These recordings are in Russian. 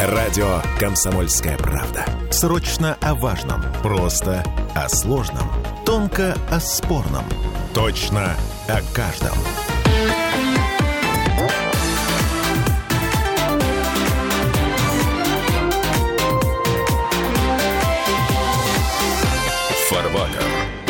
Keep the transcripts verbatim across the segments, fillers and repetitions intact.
Радио «Комсомольская правда». Срочно о важном. Просто о сложном. Тонко о спорном. Точно о каждом. Фарватер.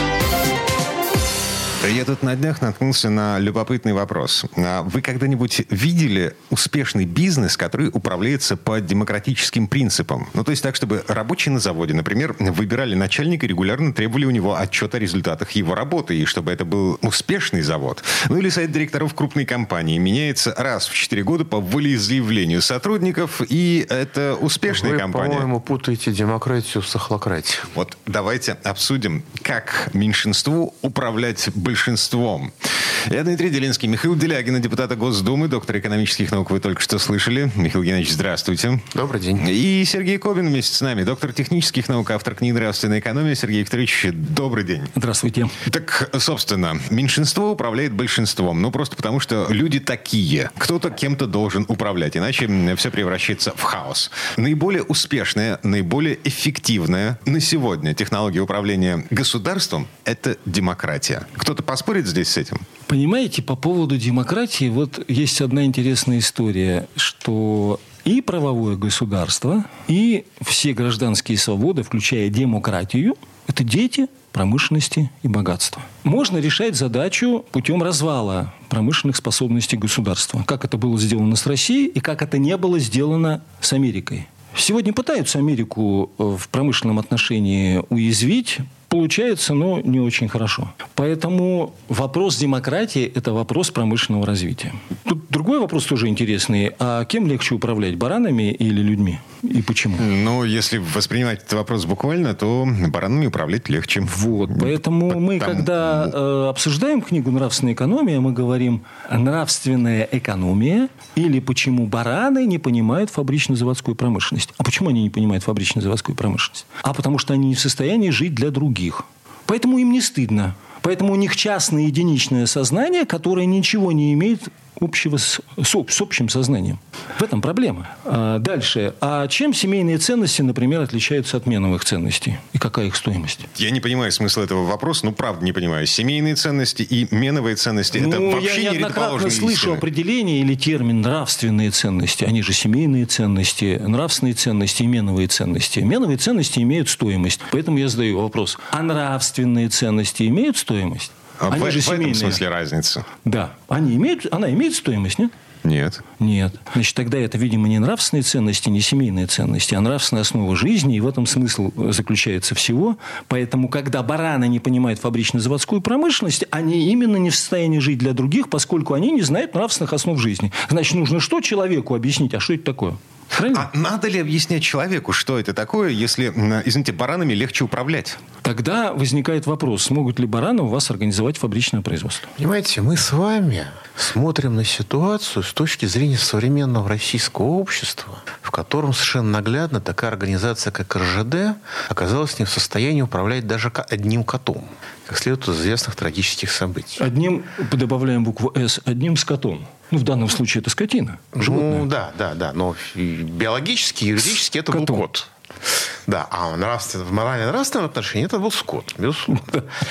Я тут на днях наткнулся на любопытный вопрос. Вы когда-нибудь видели успешный бизнес, который управляется по демократическим принципам? Ну, то есть так, чтобы рабочие на заводе, например, выбирали начальника и регулярно требовали у него отчет о результатах его работы, и чтобы это был успешный завод. Ну, или совет директоров крупной компании меняется раз в четыре года по волеизъявлению сотрудников, и это успешная Вы, компания. Вы, по-моему, путаете демократию с охлократией. Вот давайте обсудим, как меньшинству управлять большинством. большинством. Я Дмитрий Делинский, Михаил Делягин, депутата Госдумы, доктор экономических наук, вы только что слышали. Михаил Геннадьевич, здравствуйте. Добрый день. И Сергей Кобин вместе с нами, доктор технических наук, автор книги «Нравственная экономия». Сергей Викторович, добрый день. Здравствуйте. Так, собственно, меньшинство управляет большинством. Ну, просто потому, что люди такие. Кто-то кем-то должен управлять, иначе все превращается в хаос. Наиболее успешная, наиболее эффективная на сегодня технология управления государством – это демократия. Кто-то поспорит здесь с этим? Понимаете, по поводу демократии, вот есть одна интересная история, что и правовое государство, и все гражданские свободы, включая демократию, это дети промышленности и богатства. Можно решать задачу путем развала промышленных способностей государства. Как это было сделано с Россией и как это не было сделано с Америкой. Сегодня пытаются Америку в промышленном отношении уязвить. Получается, но не очень хорошо. Поэтому вопрос демократии – это вопрос промышленного развития. Тут другой вопрос тоже интересный. А кем легче управлять, баранами или людьми? И почему? Ну, если воспринимать этот вопрос буквально, то баранами управлять легче. Вот. Поэтому Потому... мы, когда э, обсуждаем книгу «Нравственная экономия», мы говорим «нравственная экономия» или «почему бараны не понимают фабрично-заводскую промышленность». А почему они не понимают фабрично-заводскую промышленность? А потому что они не в состоянии жить для других. Поэтому им не стыдно. Поэтому у них частное единичное сознание, которое ничего не имеет общего с, с, с общим сознанием. В этом проблема. А дальше. А чем семейные ценности, например, отличаются от меновых ценностей? И какая их стоимость? Я не понимаю смысла этого вопроса. Ну, правда, не понимаю. Семейные ценности и меновые ценности ну, – это вообще не неоднократно слышу определение или термин «нравственные ценности». Они же семейные ценности, нравственные ценности и меновые ценности. Меновые ценности имеют стоимость. Поэтому я задаю вопрос. А нравственные ценности имеют стоимость? А они в, же в этом смысле разница? Да. Они имеют, она имеет стоимость, нет? Нет. Нет. Значит, тогда это, видимо, не нравственные ценности, не семейные ценности, а нравственная основа жизни. И в этом смысл заключается всего. Поэтому, когда бараны не понимают фабрично-заводскую промышленность, они именно не в состоянии жить для других, поскольку они не знают нравственных основ жизни. Значит, нужно что человеку объяснить? А что это такое? Правильно? А надо ли объяснять человеку, что это такое, если, извините, баранами легче управлять? Тогда возникает вопрос, смогут ли бараны у вас организовать фабричное производство? Понимаете, мы с вами смотрим на ситуацию с точки зрения современного российского общества, в котором совершенно наглядно такая организация, как эр жэ дэ, оказалась не в состоянии управлять даже одним котом, как следует из известных трагических событий. Одним, добавляем букву «С», одним скотом. Ну, в данном случае это скотина, животное. Ну, да, да, да. Но биологически, юридически это Коту. был кот. Да, а нравственно, в морально-нравственном отношении это был скот, безусловно.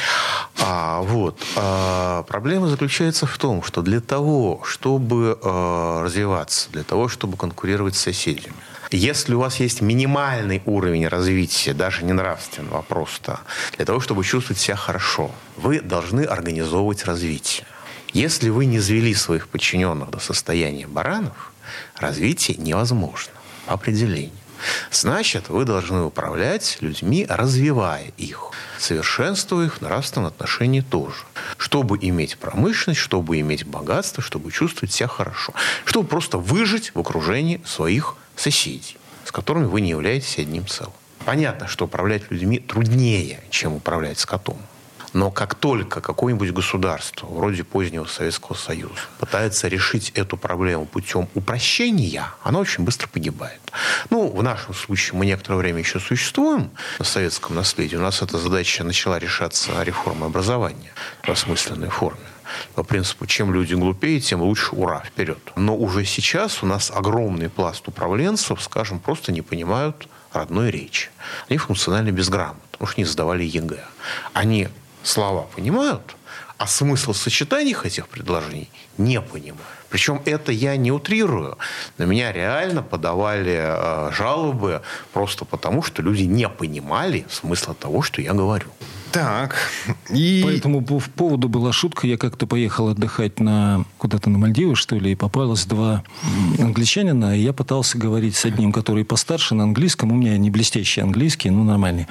А, вот. А, проблема заключается в том, что для того, чтобы а, развиваться, для того, чтобы конкурировать с соседями, если у вас есть минимальный уровень развития, даже не нравственного, а просто для того, чтобы чувствовать себя хорошо, вы должны организовывать развитие. Если вы не завели своих подчиненных до состояния баранов, развитие невозможно по определению. Значит, вы должны управлять людьми, развивая их, совершенствуя их в нравственном отношении тоже. Чтобы иметь промышленность, чтобы иметь богатство, чтобы чувствовать себя хорошо. Чтобы просто выжить в окружении своих соседей, с которыми вы не являетесь одним целым. Понятно, что управлять людьми труднее, чем управлять скотом. Но как только какое-нибудь государство, вроде позднего Советского Союза, пытается решить эту проблему путем упрощения, оно очень быстро погибает. Ну, в нашем случае мы некоторое время еще существуем на советском наследии. У нас эта задача начала решаться реформой образования в осмысленной форме. По принципу, чем люди глупее, тем лучше, ура, вперед. Но уже сейчас у нас огромный пласт управленцев, скажем, просто не понимают родной речи. Они функционально безграмотны, потому что не сдавали ЕГЭ. Они слова понимают, а смысл сочетаний этих предложений не понимают. Причем это я не утрирую. На меня реально подавали э, жалобы просто потому, что люди не понимали смысла того, что я говорю. Так. И... По этому поводу была шутка. Я как-то поехал отдыхать на, куда-то на Мальдивы, что ли, и попалось два англичанина. И я пытался говорить с одним, который постарше на английском. У меня не блестящий английский, но нормальный.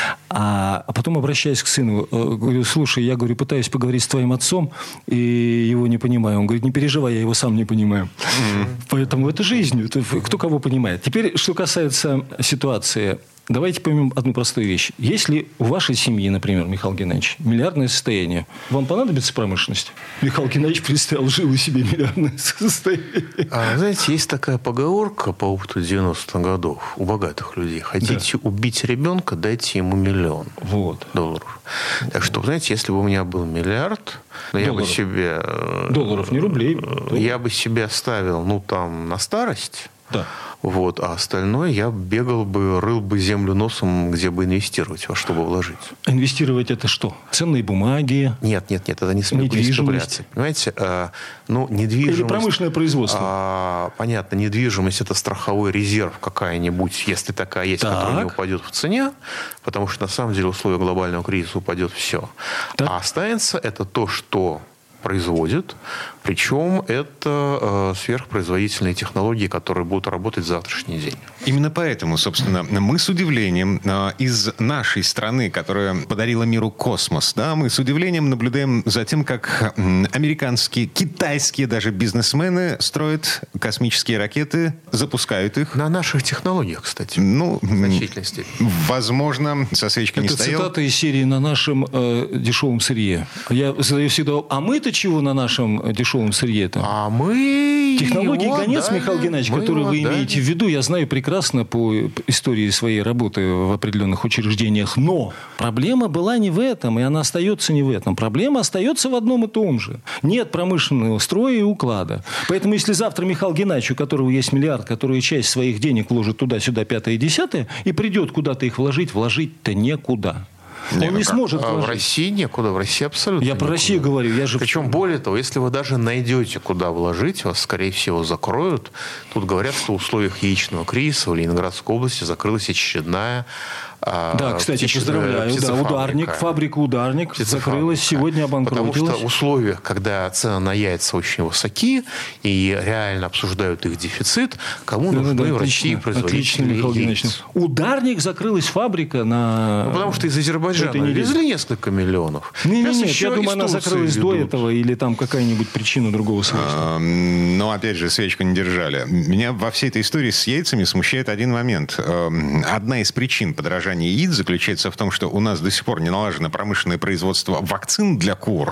А, а потом обращаюсь к сыну. Говорю, слушай, я говорю, пытаюсь поговорить с твоим отцом, и его не понимаю. Он говорит, не переживай, я его сам не понимаю. Mm-hmm. Поэтому это жизнь. Это кто кого понимает. Теперь, что касается ситуации... Давайте поймем одну простую вещь. Если у вашей семьи, например, Михаил Геннадьевич, миллиардное состояние, вам понадобится промышленность? Михаил Геннадьевич представил, жил у себя миллиардное состояние. А, знаете, есть такая поговорка по опыту девяностых годов у богатых людей. Хотите да. убить ребенка, дайте ему миллион вот. долларов. Так что, знаете, если бы у меня был миллиард, я бы себе... Долларов, не рублей. Я бы себе оставил, ну, там, на старость... Да. Вот, а остальное я бегал бы, рыл бы землю носом, где бы инвестировать, во что бы вложить. Инвестировать это что? Ценные бумаги? Нет, нет, нет, это не недвижимость. Понимаете, а, ну, недвижимость... Или промышленное производство? А, понятно, недвижимость – это страховой резерв какая-нибудь, если такая есть, так. которая не упадет в цене, потому что на самом деле в условиях глобального кризиса упадет все. Так. А останется это то, что... производит, причем это э, сверхпроизводительные технологии, которые будут работать в завтрашний день. Именно поэтому, собственно, мы с удивлением э, из нашей страны, которая подарила миру космос, да, мы с удивлением наблюдаем за тем, как э, американские, китайские даже бизнесмены строят космические ракеты, запускают их. На наших технологиях, кстати. Ну, в значительной степени. Возможно, со свечкой не стоял. Это цитата из серии «На нашем э, дешевом сырье». Я задаю всегда, а мы-то чего на нашем дешевом сырье-то? А мы... Технологии гонец, отдали, Михаил Геннадьевич, который вы отдали. Имеете в виду, я знаю прекрасно по истории своей работы в определенных учреждениях. Но проблема была не в этом, и она остается не в этом. Проблема остается в одном и том же. Нет промышленного строя и уклада. Поэтому, если завтра Михаил Геннадьевич, у которого есть миллиард, который часть своих денег вложит туда-сюда, пятое и десятое, и придет куда-то их вложить, вложить-то некуда. Он не, не сможет а в России некуда, в России абсолютно Я некуда. про Россию говорю. Я же... Причем, более того, если вы даже найдете, куда вложить, вас, скорее всего, закроют. Тут говорят, что в условиях яичного кризиса в Ленинградской области закрылась очередная Да, кстати, птица, поздравляю. Да, ударник, фабрика «Ударник» закрылась, сегодня обанкротилась. Потому что в условиях, когда цены на яйца очень высоки и реально обсуждают их дефицит, кому да, нужны да, в отлично, России производители яиц? «Ударник» закрылась фабрика на... Ну, потому что из Азербайджана везли несколько миллионов. Нет, нет, нет, я думаю, она закрылась ведут. до этого или там какая-нибудь причина другого свойства. А, но, опять же, свечку не держали. Меня во всей этой истории с яйцами смущает один момент. Одна из причин подорожания яиц заключается в том, что у нас до сих пор не налажено промышленное производство вакцин для кур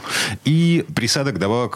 и присадок добавок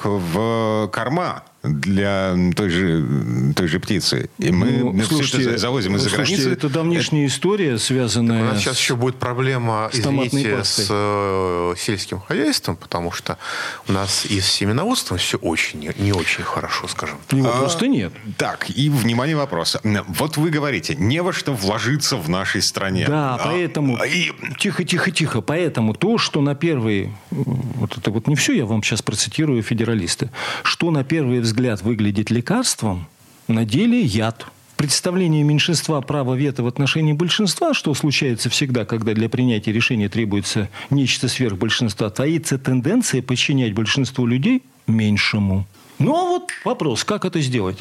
в корма для той же, той же птицы. И мы ну, слушайте, все это завозим из-за слушайте, границы. Это давнишняя это... история, связанная так у нас сейчас еще будет проблема, с извините, с э, сельским хозяйством, потому что у нас и с семеноводством все очень не, не очень хорошо, скажем так. Его а, просто нет. Так, и, внимание, вопрос. Вот вы говорите, не во что вложиться в нашей стране. Да, а, поэтому... И... Тихо, тихо, тихо. Поэтому то, что на первый... Вот это вот не все, я вам сейчас процитирую федералисты. Что на первый взгляд выглядит лекарством, на деле яд. Представление меньшинства права вето в отношении большинства, что случается всегда, когда для принятия решения требуется нечто сверх большинства, таится тенденция подчинять большинству людей меньшему. Ну, а вот вопрос, как это сделать?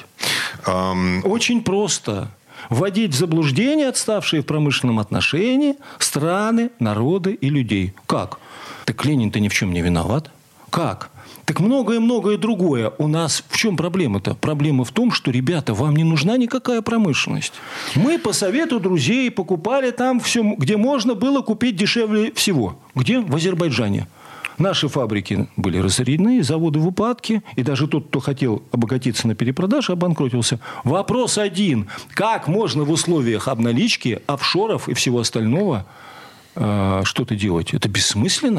Um... Очень просто. Вводить в заблуждение отставшие в промышленном отношении страны, народы и людей. Как? Так Ленин-то ни в чем не виноват. Как? Так многое-многое другое. У нас в чем проблема-то? Проблема в том, что, ребята, вам не нужна никакая промышленность. Мы по совету друзей покупали там все, где можно было купить дешевле всего. Где? В Азербайджане. Наши фабрики были разорены, заводы в упадке. И даже тот, кто хотел обогатиться на перепродаже, обанкротился. Вопрос один. Как можно в условиях обналички, офшоров и всего остального э, что-то делать? Это бессмысленно.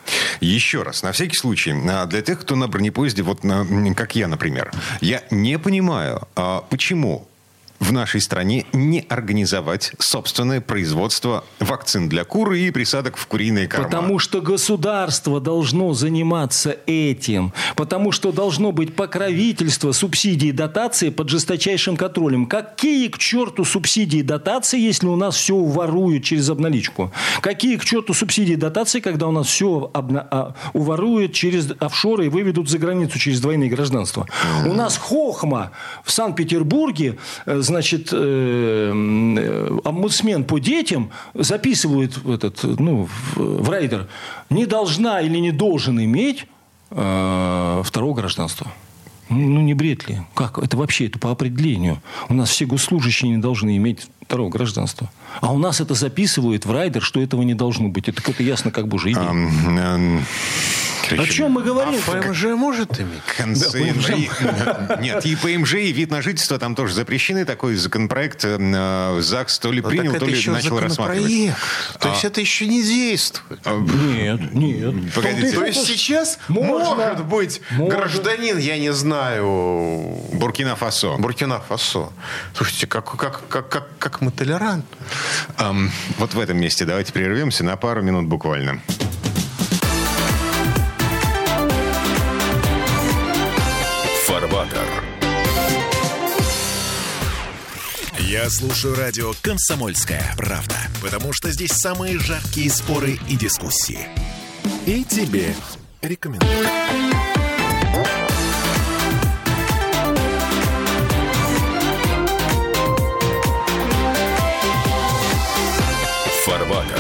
Еще раз, на всякий случай, для тех, кто на бронепоезде, вот как я, например, я не понимаю, почему в нашей стране не организовать собственное производство вакцин для кур и присадок в куриные корма. Потому что государство должно заниматься этим. Потому что должно быть покровительство, субсидии, дотации под жесточайшим контролем. Какие к черту субсидии и дотации, если у нас все воруют через обналичку? Какие к черту субсидии и дотации, когда у нас все обна... а, уворуют через офшоры и выведут за границу через двойные гражданства? Mm-hmm. У нас хохма в Санкт-Петербурге, значит, э, омбудсмен по детям записывает в, этот, ну, в, в райдер, не должна или не должен иметь э, второго гражданства. Ну, не бред ли? Как? Это вообще это по определению. У нас все госслужащие не должны иметь второго гражданства. А у нас это записывают в райдер, что этого не должно быть. Это, это ясно как божий день. Um, um... О чем мы говорим? А ПМЖ может иметь? Концы... Да, нет, и ПМЖ, и вид на жительство там тоже запрещены. Такой законопроект э, ЗАГС то ли Но принял, то ли начал рассматривать. То а... есть это еще не действует. Нет, нет. Погодите. То есть сейчас можно. может быть может. гражданин, я не знаю... Буркина-Фасо. Буркина-Фасо. Слушайте, как, как, как, как, как мы толерантны. Um, вот в этом месте давайте прервемся на пару минут буквально. Фарватер. Я слушаю радио «Комсомольская правда», потому что здесь самые жаркие споры и дискуссии. И тебе рекомендую. Фарватер.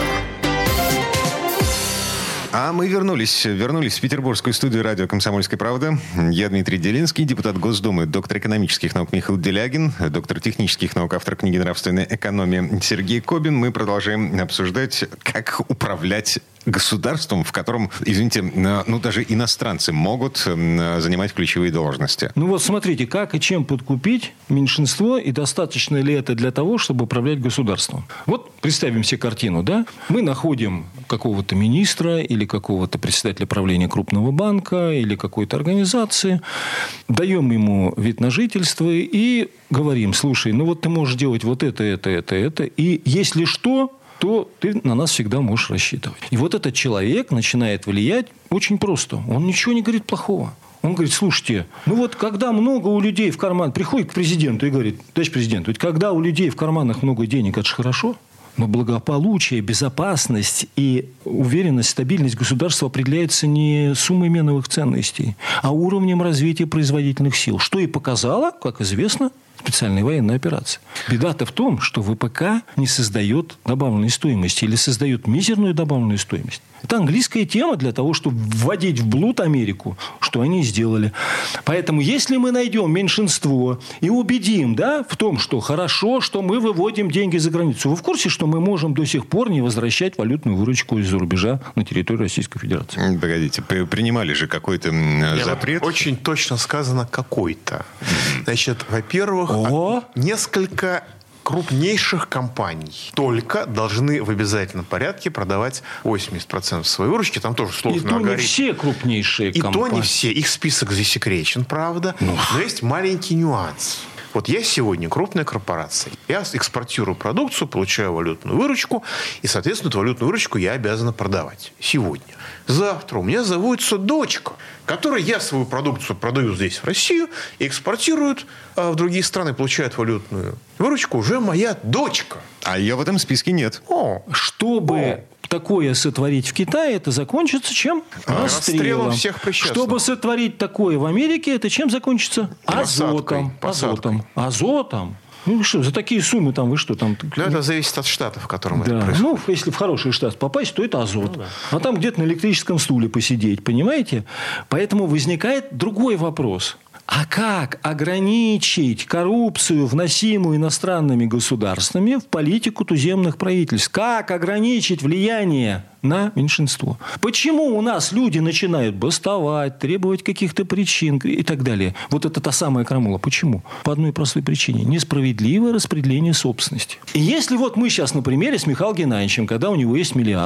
А мы вернулись, вернулись в петербургскую студию радио «Комсомольская правда». Я Дмитрий Делинский, депутат Госдумы, доктор экономических наук Михаил Делягин, доктор технических наук, автор книги «Нравственная экономия» Сергей Кобин. Мы продолжаем обсуждать, как управлять государством, в котором, извините, ну даже иностранцы могут занимать ключевые должности. Ну вот смотрите, как и чем подкупить меньшинство, и достаточно ли это для того, чтобы управлять государством. Вот представим себе картину, да? Мы находим какого-то министра или какого-то председателя правления крупного банка или какой-то организации, даем ему вид на жительство и говорим: слушай, ну вот ты можешь делать вот это, это, это, это, и если что, то ты на нас всегда можешь рассчитывать. И вот этот человек начинает влиять очень просто. Он ничего не говорит плохого. Он говорит: слушайте, ну вот когда много у людей в карман... Приходит к президенту и говорит: товарищ президент, ведь когда у людей в карманах много денег, это же хорошо. Но благополучие, безопасность и уверенность, стабильность государства определяется не суммой меновых ценностей, а уровнем развития производительных сил. Что и показала, как известно, специальная военная операция. Беда-то в том, что ВПК не создает добавленной стоимости или создает мизерную добавленную стоимость. Это английская тема для того, чтобы вводить в блуд Америку, что они сделали. Поэтому, если мы найдем меньшинство и убедим, да, в том, что хорошо, что мы выводим деньги за границу, вы в курсе, что мы можем до сих пор не возвращать валютную выручку из-за рубежа на территорию Российской Федерации? Погодите, принимали же какой-то запрет? Вот очень точно сказано «какой-то». Значит, во-первых, О! несколько крупнейших компаний только должны в обязательном порядке продавать восемьдесят процентов своей выручки. Там тоже сложный алгоритм. И то алгоритм. не все крупнейшие И компании. то не все. Их список засекречен, правда. Ну. Но есть маленький нюанс. Вот я сегодня крупная корпорация. Я экспортирую продукцию, получаю валютную выручку. И, соответственно, эту валютную выручку я обязана продавать. Сегодня. Завтра у меня заводится дочка, которой я свою продукцию продаю здесь, в Россию, и экспортируют а в другие страны, получают валютную выручку уже моя дочка. А ее в этом списке нет. О, чтобы... О. Такое сотворить в Китае, это закончится чем? А, расстрелом. Расстрелом всех причастных. Чтобы сотворить такое в Америке, это чем закончится? Азотом. Азотом. Азотом. Ну что, за такие суммы там вы что там? Ну, это зависит от штата, в котором да. это происходит. Ну, если в хороший штат попасть, то это азот. Ну, да. А там где-то на электрическом стуле посидеть, понимаете? Поэтому возникает другой вопрос. А как ограничить коррупцию, вносимую иностранными государствами в политику туземных правительств? Как ограничить влияние на меньшинство? Почему у нас люди начинают бастовать, требовать каких-то причин и так далее? Вот это та самая крамола. Почему? По одной простой причине. Несправедливое распределение собственности. И если вот мы сейчас на примере с Михаилом Геннадьевичем, когда у него есть миллиард,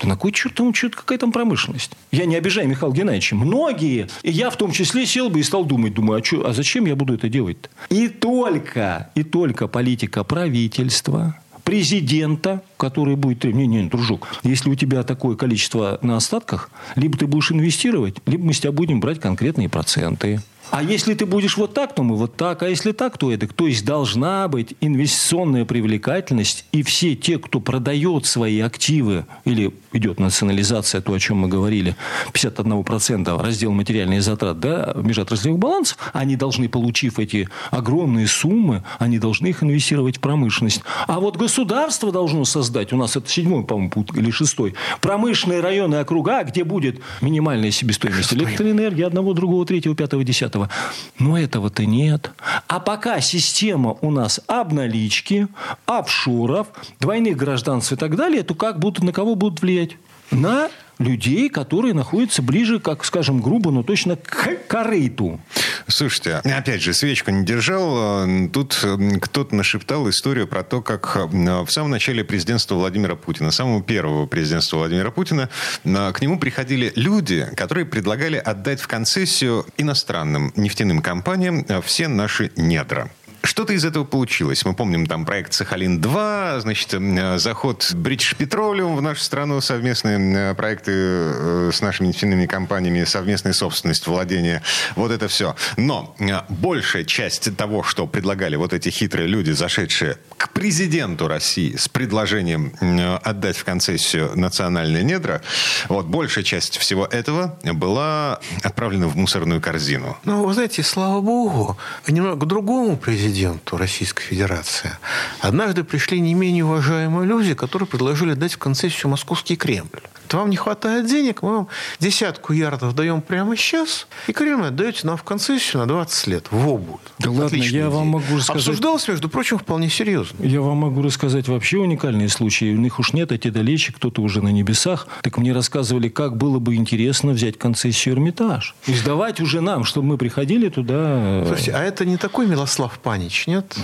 Да на кой черт там что-то, какая там промышленность? Я не обижаю Михаила Геннадьевича. Многие, и я в том числе, сел бы и стал думать, думаю, а, что, а зачем я буду это делать-то? И только, и только политика правительства, президента, который будет... Не, не, дружок, если у тебя такое количество на остатках, либо ты будешь инвестировать, либо мы с тебя будем брать конкретные проценты. А если ты будешь вот так, то мы вот так. А если так, то это. То есть должна быть инвестиционная привлекательность. И все те, кто продает свои активы, или идет национализация, то, о чем мы говорили, пятьдесят один процент раздел материальные затраты, да, межотраслевых балансов, они должны, получив эти огромные суммы, они должны их инвестировать в промышленность. А вот государство должно создать, у нас это седьмой, по-моему, пункт, или шестой, промышленные районы, округа, где будет минимальная себестоимость электроэнергии одного, другого, третьего, пятого, десятого. Но этого-то нет. А пока система у нас обналички, офшоров, двойных гражданств и так далее, то как будут, на кого будут влиять? На людей, которые находятся ближе, как, скажем, грубо, но точно к корыту. Слушайте, опять же, свечку не держал. Тут кто-то нашептал историю про то, как в самом начале президентства Владимира Путина, самого первого президентства Владимира Путина, к нему приходили люди, которые предлагали отдать в концессию иностранным нефтяным компаниям все наши недра. Что-то из этого получилось. Мы помним там проект «Сахалин-два», значит, заход British Petroleum в нашу страну, совместные проекты с нашими нефтяными компаниями, совместная собственность, владение, вот это все. Но большая часть того, что предлагали вот эти хитрые люди, зашедшие к президенту России с предложением отдать в концессию национальные недра, вот большая часть всего этого была отправлена в мусорную корзину. Ну, вы знаете, слава богу, немного к другому президенту Российской Федерации однажды пришли не менее уважаемые люди, которые предложили дать в концессию Московский Кремль. Вот вам не хватает денег, мы вам десятку ярдов даем прямо сейчас, и Кремль отдаете нам в концессию на двадцать лет. Во будет. Да ладно, Отличная я идея. вам могу рассказать... Обсуждалось, между прочим, вполне серьезно. Я вам могу рассказать вообще уникальные случаи. У них уж нет, эти далече, кто-то уже на небесах. Так мне рассказывали, как было бы интересно взять концессию Эрмитаж. И сдавать уже нам, чтобы мы приходили туда... Слушайте, а это не такой Милослав Панич, нет?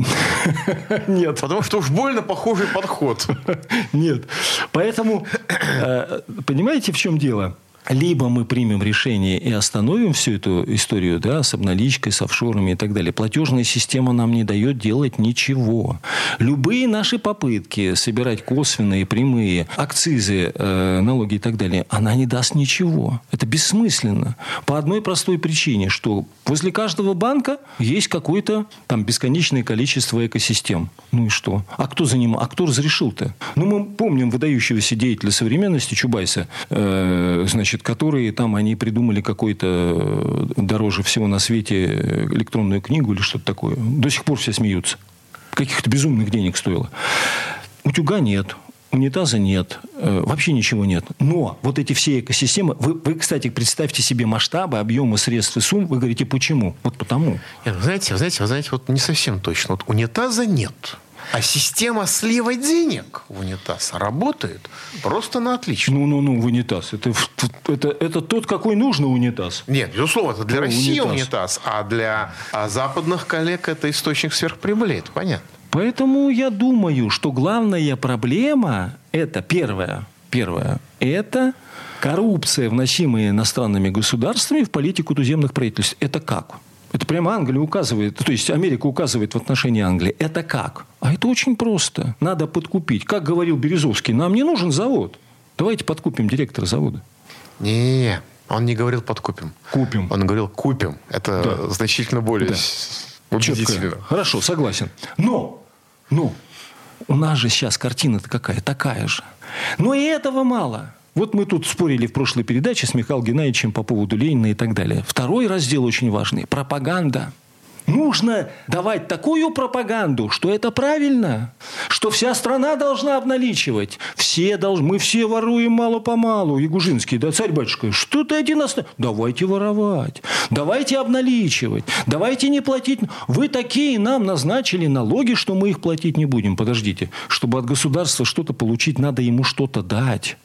Нет. Потому что уж больно похожий подход. Нет. Поэтому, понимаете, в чем дело? Либо мы примем решение и остановим всю эту историю, да, с обналичкой, с офшорами и так далее. Платежная система нам не дает делать ничего. Любые наши попытки собирать косвенные, прямые акцизы, э, налоги и так далее, она не даст ничего. Это бессмысленно. По одной простой причине, что возле каждого банка есть какое-то там бесконечное количество экосистем. Ну и что? А кто за ним? А кто разрешил-то? Ну, мы помним выдающегося деятеля современности Чубайса, э, значит, которые там они придумали какой-то дороже всего на свете электронную книгу или что-то такое. До сих пор все смеются. Каких-то безумных денег стоило. Утюга нет. Унитаза нет. Вообще ничего нет. Но вот эти все экосистемы... Вы, вы, кстати, представьте себе масштабы, объемы средств и сумм. Вы говорите, почему? Вот потому. Нет, вы знаете, вы знаете, вы знаете, вот не совсем точно. Вот унитаза нет. А система слива денег в унитаз работает просто на отлично. Ну-ну-ну, в унитаз. Это, это, это тот, какой нужно унитаз. Нет, безусловно, это для Ну, России унитаз. унитаз. а для а западных коллег это источник сверхприбыли. Это понятно. Поэтому я думаю, что главная проблема – это первое. Первое – это коррупция, вносимая иностранными государствами в политику туземных правительств. Это как? Это прямо Англия указывает, то есть Америка указывает в отношении Англии. Это как? А это очень просто. Надо подкупить. Как говорил Березовский, нам не нужен завод. Давайте подкупим директора завода. Не-не-не. Он не говорил подкупим. Купим. Он говорил купим. Это да. значительно более Да. убедительно. Четко. Хорошо, согласен. Но, но у нас же сейчас картина-то какая? Такая же. Но и этого мало. Вот мы тут спорили в прошлой передаче с Михаилом Геннадьевичем по поводу Ленина и так далее. Второй раздел очень важный. Пропаганда. Нужно давать такую пропаганду, что это правильно, что вся страна должна обналичивать. Все должны, мы все воруем мало-помалу. Ягужинский, да, царь-батюшка, что ты один остался? Давайте воровать, давайте обналичивать, давайте не платить. Вы такие нам назначили налоги, что мы их платить не будем. Подождите, чтобы от государства что-то получить, надо ему что-то дать.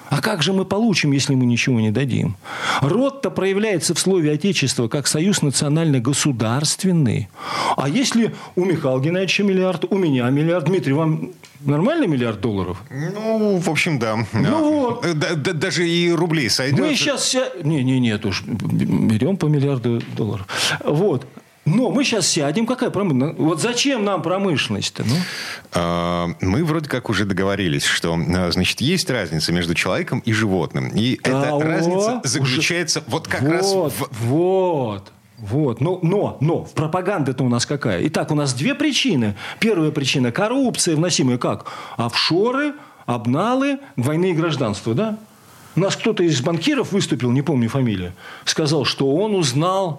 А как же мы получим, если мы ничего не дадим? Род-то проявляется в слове «отечество» как союз национально-государственный. А если у Михаила Геннадьевича миллиард, у меня миллиард, Дмитрий, вам нормальный миллиард долларов? Ну, в общем, да. Ну вот. Да, да, даже и рублей сойдет. Мы сейчас... Ся... Не, не, нет уж. Берем по миллиарду долларов. Вот. Но мы сейчас сядем. Какая промышленность? Вот зачем нам промышленность-то? Ну? Мы вроде как уже договорились, что, значит, есть разница между человеком и животным. И а эта разница заключается уже... вот как вот, раз в... Вот. Вот. Но, но, но в пропаганде-то у нас какая? Итак, у нас две причины. Первая причина – коррупция, вносимая как? Офшоры, обналы, двойные гражданства, да? У нас кто-то из банкиров выступил, не помню фамилию, сказал, что он узнал...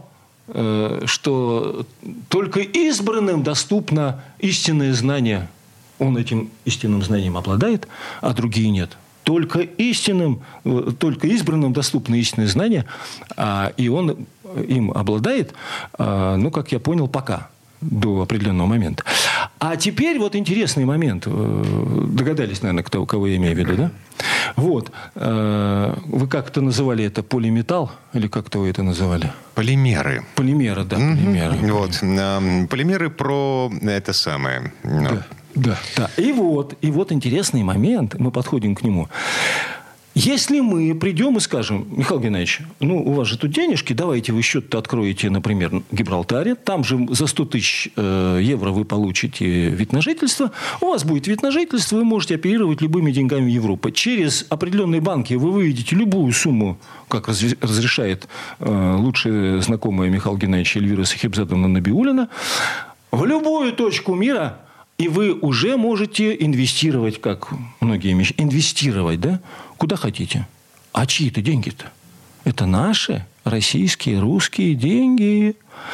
что только избранным доступно истинное знание. Он этим истинным знанием обладает, а другие нет. Только истинным, только избранным доступно истинное знание, и он им обладает, ну, как я понял, пока, до определенного момента. А теперь вот интересный момент. Догадались, наверное, кто, кого я имею в виду, да? Вот. Вы как-то называли это полиметалл? Или как-то вы это называли? Полимеры. Полимеры, да. Mm-hmm. Полимеры. Вот. Полимеры про это самое. Да, да, да. И вот, и вот интересный момент. Мы подходим к нему. Если мы придем и скажем: Михаил Геннадьевич, ну, у вас же тут денежки, давайте вы счет-то откроете, например, в Гибралтаре, там же за сто тысяч евро вы получите вид на жительство, у вас будет вид на жительство, вы можете оперировать любыми деньгами Европы. Через определенные банки вы выведете любую сумму, как разрешает лучшая знакомая Михаила Геннадьевича Эльвира Сахибзадовна Набиуллина, в любую точку мира. И вы уже можете инвестировать, как многие мечтают, инвестировать, да? Куда хотите. А чьи-то деньги-то? Это наши, российские, русские деньги.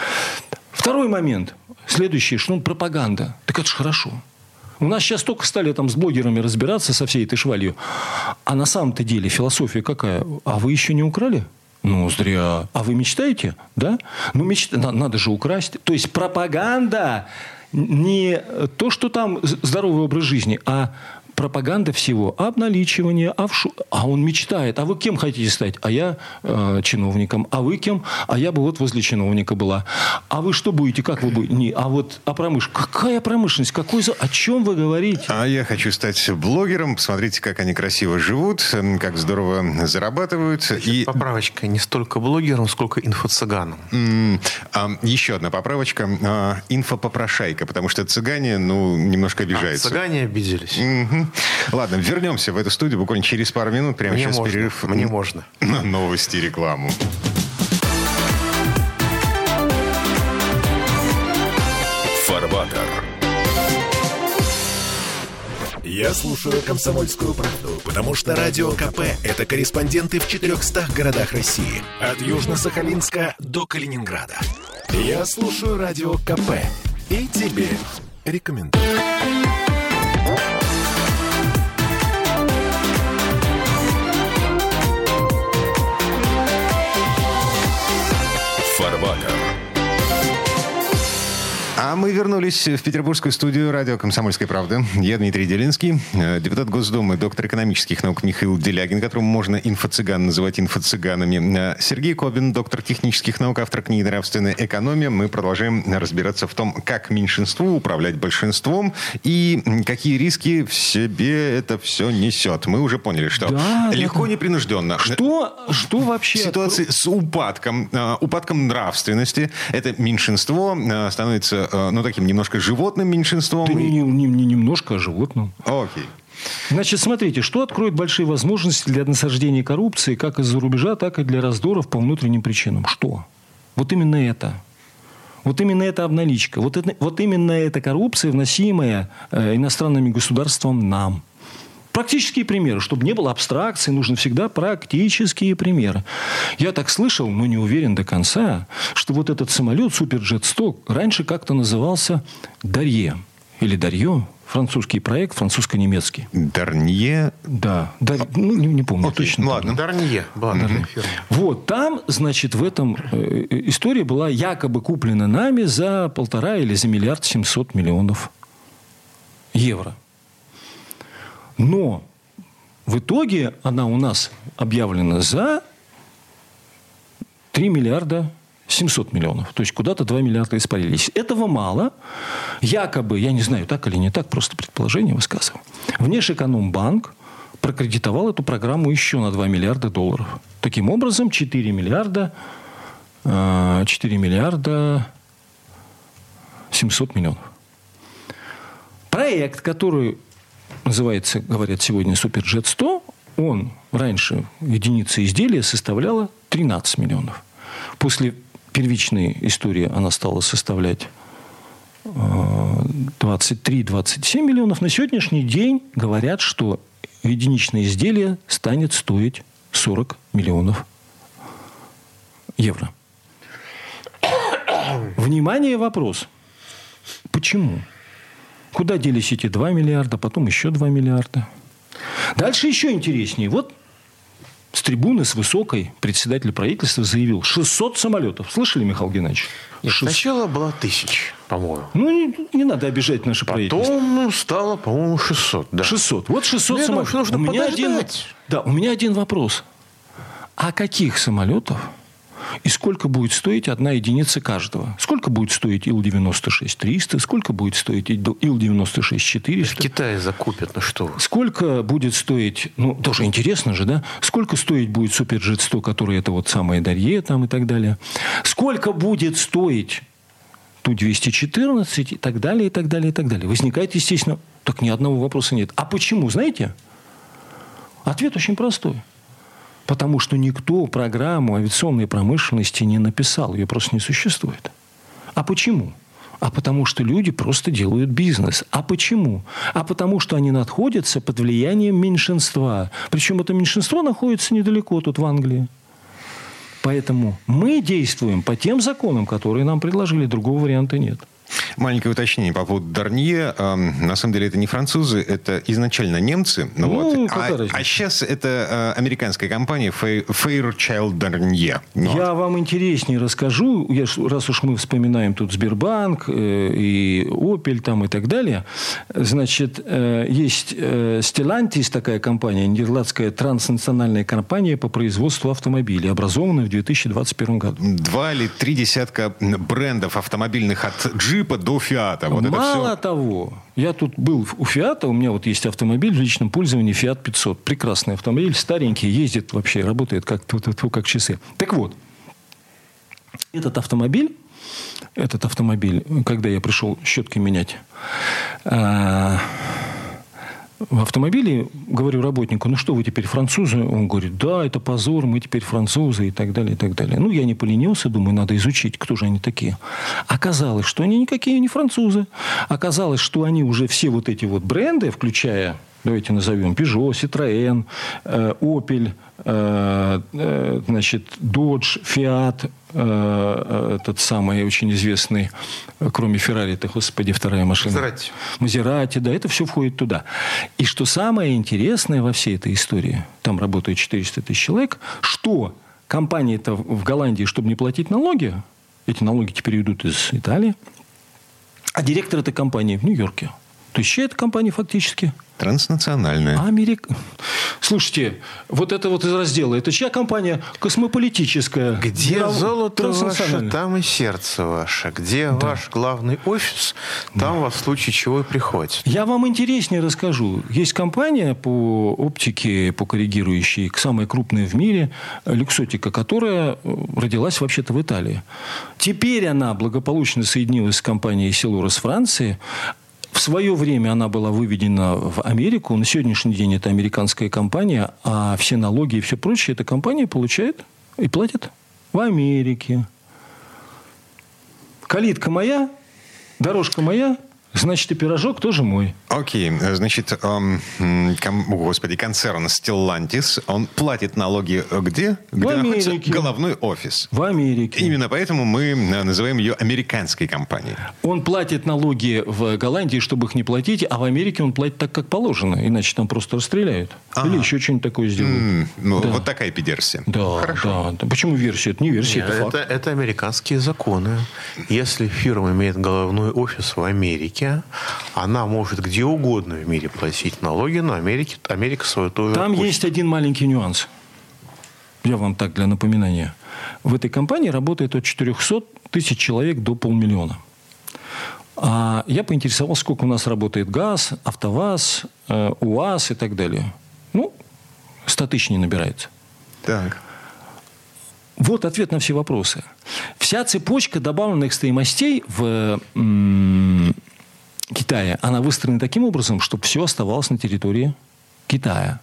Второй момент. Следующий, что ну, пропаганда. Так это же хорошо. У нас сейчас только стали там с блогерами разбираться со всей этой швалью. А на самом-то деле философия какая? А вы еще не украли? Ну, зря. А вы мечтаете? Да? Ну, мечта... надо же украсть. То есть пропаганда... Не то, что там здоровый образ жизни, а пропаганда всего. Обналичивание, офшор. А он мечтает. А вы кем хотите стать? А я э, чиновником. А вы кем? А я бы вот возле чиновника была. А вы что будете? Как вы будете? Не, а вот а промышленность. Какая промышленность? Какой за... О чем вы говорите? А я хочу стать блогером. Посмотрите, как они красиво живут, как здорово зарабатывают. И... Поправочка. Не столько блогером, сколько инфо-цыганом. М-м, а, еще одна поправочка. А, инфопопрошайка. Потому что цыгане, ну, немножко обижаются. А, цыгане обиделись. Угу. Ладно, вернемся в эту студию буквально через пару минут. Прямо Мне сейчас можно. перерыв. Мне можно. На новости и рекламу. Фарватер. Я слушаю «Комсомольскую правду», потому что Радио КП – это корреспонденты в четырехстах городах России. От Южно-Сахалинска до Калининграда. Я слушаю Радио КП и тебе рекомендую. Фарватер. А мы вернулись в петербургскую студию радио «Комсомольская правда». Я Дмитрий Делинский, депутат Госдумы, доктор экономических наук Михаил Делягин, которому можно инфо-цыган называть инфо-цыганами. Сергей Кобин, доктор технических наук, автор книги «Нравственная экономия». Мы продолжаем разбираться в том, как меньшинству управлять большинством и какие риски в себе это все несет. Мы уже поняли, что да, легко, да. непринужденно. Что, что вообще? Ситуации с упадком, упадком нравственности. Это меньшинство становится ну, таким немножко животным меньшинством. Да и... не, не, не немножко, а животным. Окей. Значит, смотрите, что откроет большие возможности для насаждения коррупции как из-за рубежа, так и для раздоров по внутренним причинам. Что? Вот именно это. Вот именно эта обналичка. Вот, это, вот именно эта коррупция, вносимая э, иностранными государствами нам. Практические примеры. Чтобы не было абстракции, нужно всегда практические примеры. Я так слышал, но не уверен до конца, что вот этот самолет Суперджет сто раньше как-то назывался Дарье. Или Дарье. Французский проект, французско-немецкий. Дарнье? Да. Дар... Ну, не, не помню Окей, точно. Ладно. Дарнье. Была такая фирма. Вот. Там, значит, в этом э, история была якобы куплена нами за полтора или за миллиард семьсот миллионов евро. Но В итоге она у нас объявлена за три миллиарда семьсот миллионов. То есть куда-то два миллиарда испарились. Этого мало. Якобы, я не знаю, так или не так, просто предположение высказываю. Внешэкономбанк прокредитовал эту программу еще на два миллиарда долларов. Таким образом, четыре миллиарда, четыре миллиарда семьсот миллионов. Проект, который называется, говорят сегодня, Суперджет сто, он раньше единица изделия составляла тринадцать миллионов. После первичной истории она стала составлять двадцать три - двадцать семь миллионов. На сегодняшний день говорят, что единичное изделие станет стоить сорок миллионов евро. Внимание, вопрос. Почему? Куда делись эти два миллиарда, потом еще два миллиарда? Дальше еще интереснее. Вот с трибуны, с высокой, председатель правительства заявил шестьсот самолетов. Слышали, Михаил Геннадьевич? Нет, сначала было тысяча, по-моему. Ну, не, не надо обижать наше Потом правительство. Потом стало, по-моему, шестьсот. Да. шестьсот. Вот шестьсот ну, самолетов. Думаю, что нужно у меня один, да, у меня один вопрос. А каких самолетов и сколько будет стоить одна единица каждого? Сколько будет стоить Ил девяносто шесть триста? Сколько будет стоить Ил девяносто шесть четыреста? В Китае закупят, ну что вы. Сколько будет стоить, ну, тоже интересно же, да? Сколько стоить будет Суперджет сто, который это вот самое Дарье там и так далее? Сколько будет стоить Ту двести четырнадцать и так далее, и так далее, и так далее? Возникает, естественно, так ни одного вопроса нет. А почему, знаете? Ответ очень простой. Потому что никто программу авиационной промышленности не написал. Ее просто не существует. А почему? А потому что люди просто делают бизнес. А почему? А потому что они находятся под влиянием меньшинства. Причем это меньшинство находится недалеко, тут в Англии. Поэтому мы действуем по тем законам, которые нам предложили. Другого варианта нет. Маленькое уточнение по поводу Дарнье. На самом деле это не французы, это изначально немцы. Ну, ну, вот. а, а сейчас это американская компания Fairchild Darnier. Ну, Я вот. вам интереснее расскажу. Я, раз уж мы вспоминаем тут Сбербанк и Opel там, и так далее. Значит, есть Stellantis, такая компания, нидерландская транснациональная компания по производству автомобилей, образованная в две тысячи двадцать первом году. Два или три десятка брендов автомобильных от джипа до Фиата. Вот Мало это все... того, я тут был у Фиата, у меня вот есть автомобиль в личном пользовании Фиат пятьсот. Прекрасный автомобиль, старенький, ездит вообще, работает как, как часы. Так вот, этот автомобиль, этот автомобиль, когда я пришел щеткой менять, в автомобиле, говорю работнику, ну что, вы теперь французы? Он говорит, да, это позор, мы теперь французы и так далее, и так далее. Ну, я не поленился, думаю, надо изучить, кто же они такие. Оказалось, что они никакие не французы. Оказалось, что они уже все вот эти вот бренды, включая, давайте назовем, Peugeot, Citroën, Opel, значит, Dodge, Fiat, этот самый очень известный, кроме Феррари-то, господи, вторая машина. Мазерати. Мазерати, да, это все входит туда. И что самое интересное во всей этой истории, там работает четыреста тысяч человек, что компания-то в Голландии, чтобы не платить налоги, эти налоги теперь идут из Италии, а директор этой компании в Нью-Йорке. То есть, чья эта компания фактически? Транснациональная. Америка. Слушайте, вот это вот из раздела. Это чья компания? Космополитическая. Где Миров... золото ваше, там и сердце ваше. Где да. ваш главный офис, там да. вас в случае чего и приходит. Я вам интереснее расскажу. Есть компания по оптике, по коррегирующей, самая крупная в мире, Люксотика, которая родилась вообще-то в Италии. Теперь она благополучно соединилась с компанией Силорос Франции. В свое время она была выведена в Америку. На сегодняшний день это американская компания, а все налоги и все прочее эта компания получает и платит в Америке. Калитка моя, дорожка моя, значит, и пирожок тоже мой. Окей. Значит, эм, ком, господи, концерн Stellantis, он платит налоги где? Где в находится Америке. Головной офис. В Америке. Именно поэтому мы называем ее американской компанией. Он платит налоги в Голландии, чтобы их не платить, а в Америке он платит так, как положено. Иначе там просто расстреляют. Ага. Или еще что-нибудь такое сделают. Mm, ну, да. Вот такая пидерсия. Да, Хорошо. Да, да. Почему версия? Это не версия, Нет, это это, факт. это американские законы. Если фирма имеет головной офис в Америке, она может где где угодно в мире платить налоги, но Америке, Америка свою тоже Там отпустит. есть один маленький нюанс. Я вам так для напоминания. В этой компании работает от четырехсот тысяч человек до полмиллиона. А я поинтересовался, сколько у нас работает ГАЗ, АвтоВАЗ, УАЗ и так далее. Ну, сто тысяч не набирается. Так. Вот ответ на все вопросы. Вся цепочка добавленных стоимостей в м- Китае, она выстроена таким образом, чтобы все оставалось на территории Китая.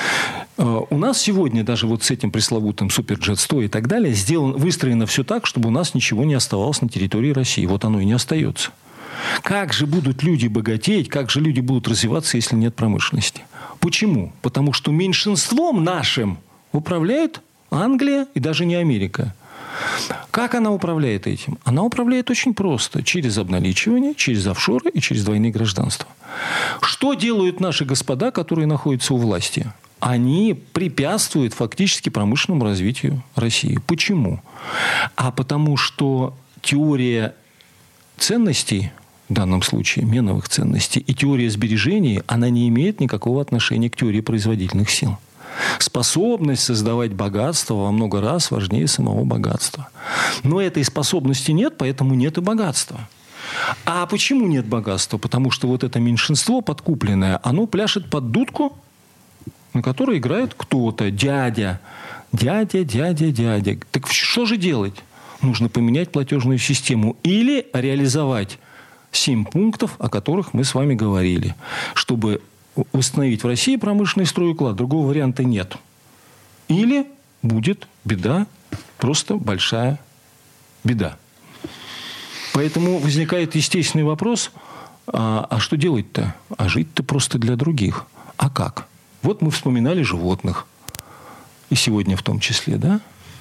У нас сегодня даже вот с этим пресловутым Суперджет сто и так далее сделано, выстроено все так, чтобы у нас ничего не оставалось на территории России. Вот оно и не остается. Как же будут люди богатеть, как же люди будут развиваться, если нет промышленности? Почему? Потому что меньшинством нашим управляет Англия и даже не Америка. Как она управляет этим? Она управляет очень просто. Через обналичивание, через офшоры и через двойные гражданства. Что делают наши господа, которые находятся у власти? Они препятствуют фактически промышленному развитию России. Почему? А потому что теория ценностей, в данном случае меновых ценностей, и теория сбережений, она не имеет никакого отношения к теории производительных сил. Способность создавать богатство во много раз важнее самого богатства. Но этой способности нет, поэтому нет и богатства. А почему нет богатства? Потому что вот это меньшинство подкупленное, оно пляшет под дудку, на которой играет кто-то, дядя. Дядя, дядя, дядя. Так что же делать? Нужно поменять платежную систему или реализовать семь пунктов, о которых мы с вами говорили, чтобы установить в России промышленный стройуклад. Другого варианта нет. Или будет беда, просто большая беда. Поэтому возникает естественный вопрос, а, а что делать-то? А жить-то просто для других. А как? Вот мы вспоминали животных. И сегодня в том числе, да?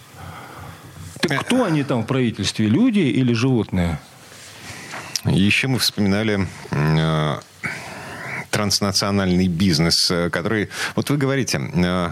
Так кто они там в правительстве? Люди или животные? Еще мы вспоминали э, транснациональный бизнес, который... Вот вы говорите, э,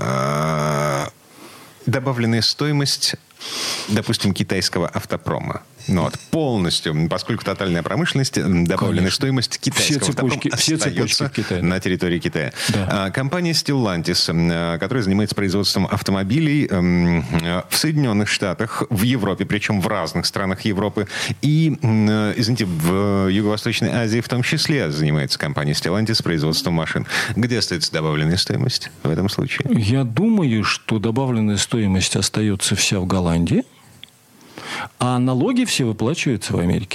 э, добавленная стоимость, допустим, китайского автопрома. Ну, вот, полностью, поскольку тотальная промышленность, добавленная Конечно. стоимость китайского все цепочки, автопрома все остается в Китае, на территории Китая. Да. Компания Stellantis, которая занимается производством автомобилей в Соединенных Штатах, в Европе, причем в разных странах Европы, и, извините, в Юго-Восточной Азии в том числе занимается компания Stellantis производством машин. Где остается добавленная стоимость в этом случае? Я думаю, что добавленная стоимость остается вся в Голландии, а налоги все выплачиваются в Америке.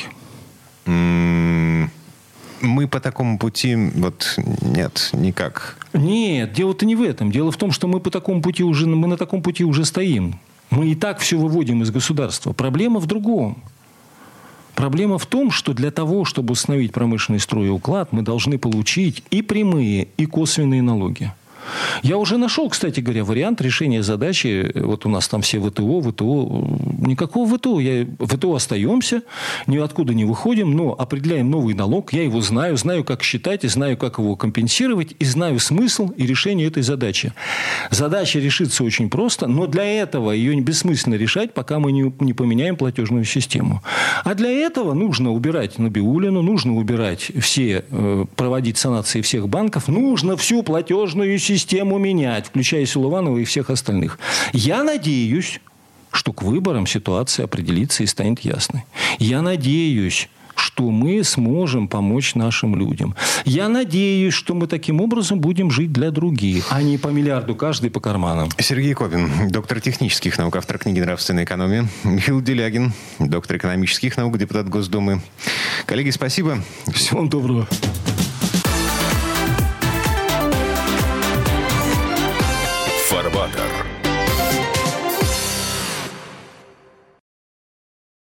Мы по такому пути... Вот нет, никак. Нет, дело-то не в этом. Дело в том, что мы по такому пути уже, мы на таком пути уже стоим. Мы и так все выводим из государства. Проблема в другом. Проблема в том, что для того, чтобы установить промышленный стройуклад, мы должны получить и прямые, и косвенные налоги. Я уже нашел, кстати говоря, вариант решения задачи. Вот у нас там все ВТО, ВТО. Никакого ВТО. Я, ВТО остаемся, ниоткуда не выходим, но определяем новый налог. Я его знаю, знаю, как считать, и знаю, как его компенсировать, и знаю смысл и решение этой задачи. Задача решится очень просто, но для этого ее бессмысленно решать, пока мы не, не поменяем платежную систему. А для этого нужно убирать Набиуллину, нужно убирать все, проводить санации всех банков, нужно всю платежную систему систему менять, включая Силуанова и всех остальных. Я надеюсь, что к выборам ситуация определится и станет ясной. Я надеюсь, что мы сможем помочь нашим людям. Я надеюсь, что мы таким образом будем жить для других, а не по миллиарду каждый по карманам. Сергей Кобин, доктор технических наук, автор книги «Нравственная экономия». Михаил Делягин, доктор экономических наук, депутат Госдумы. Коллеги, спасибо. Всего вам доброго. Фарватер.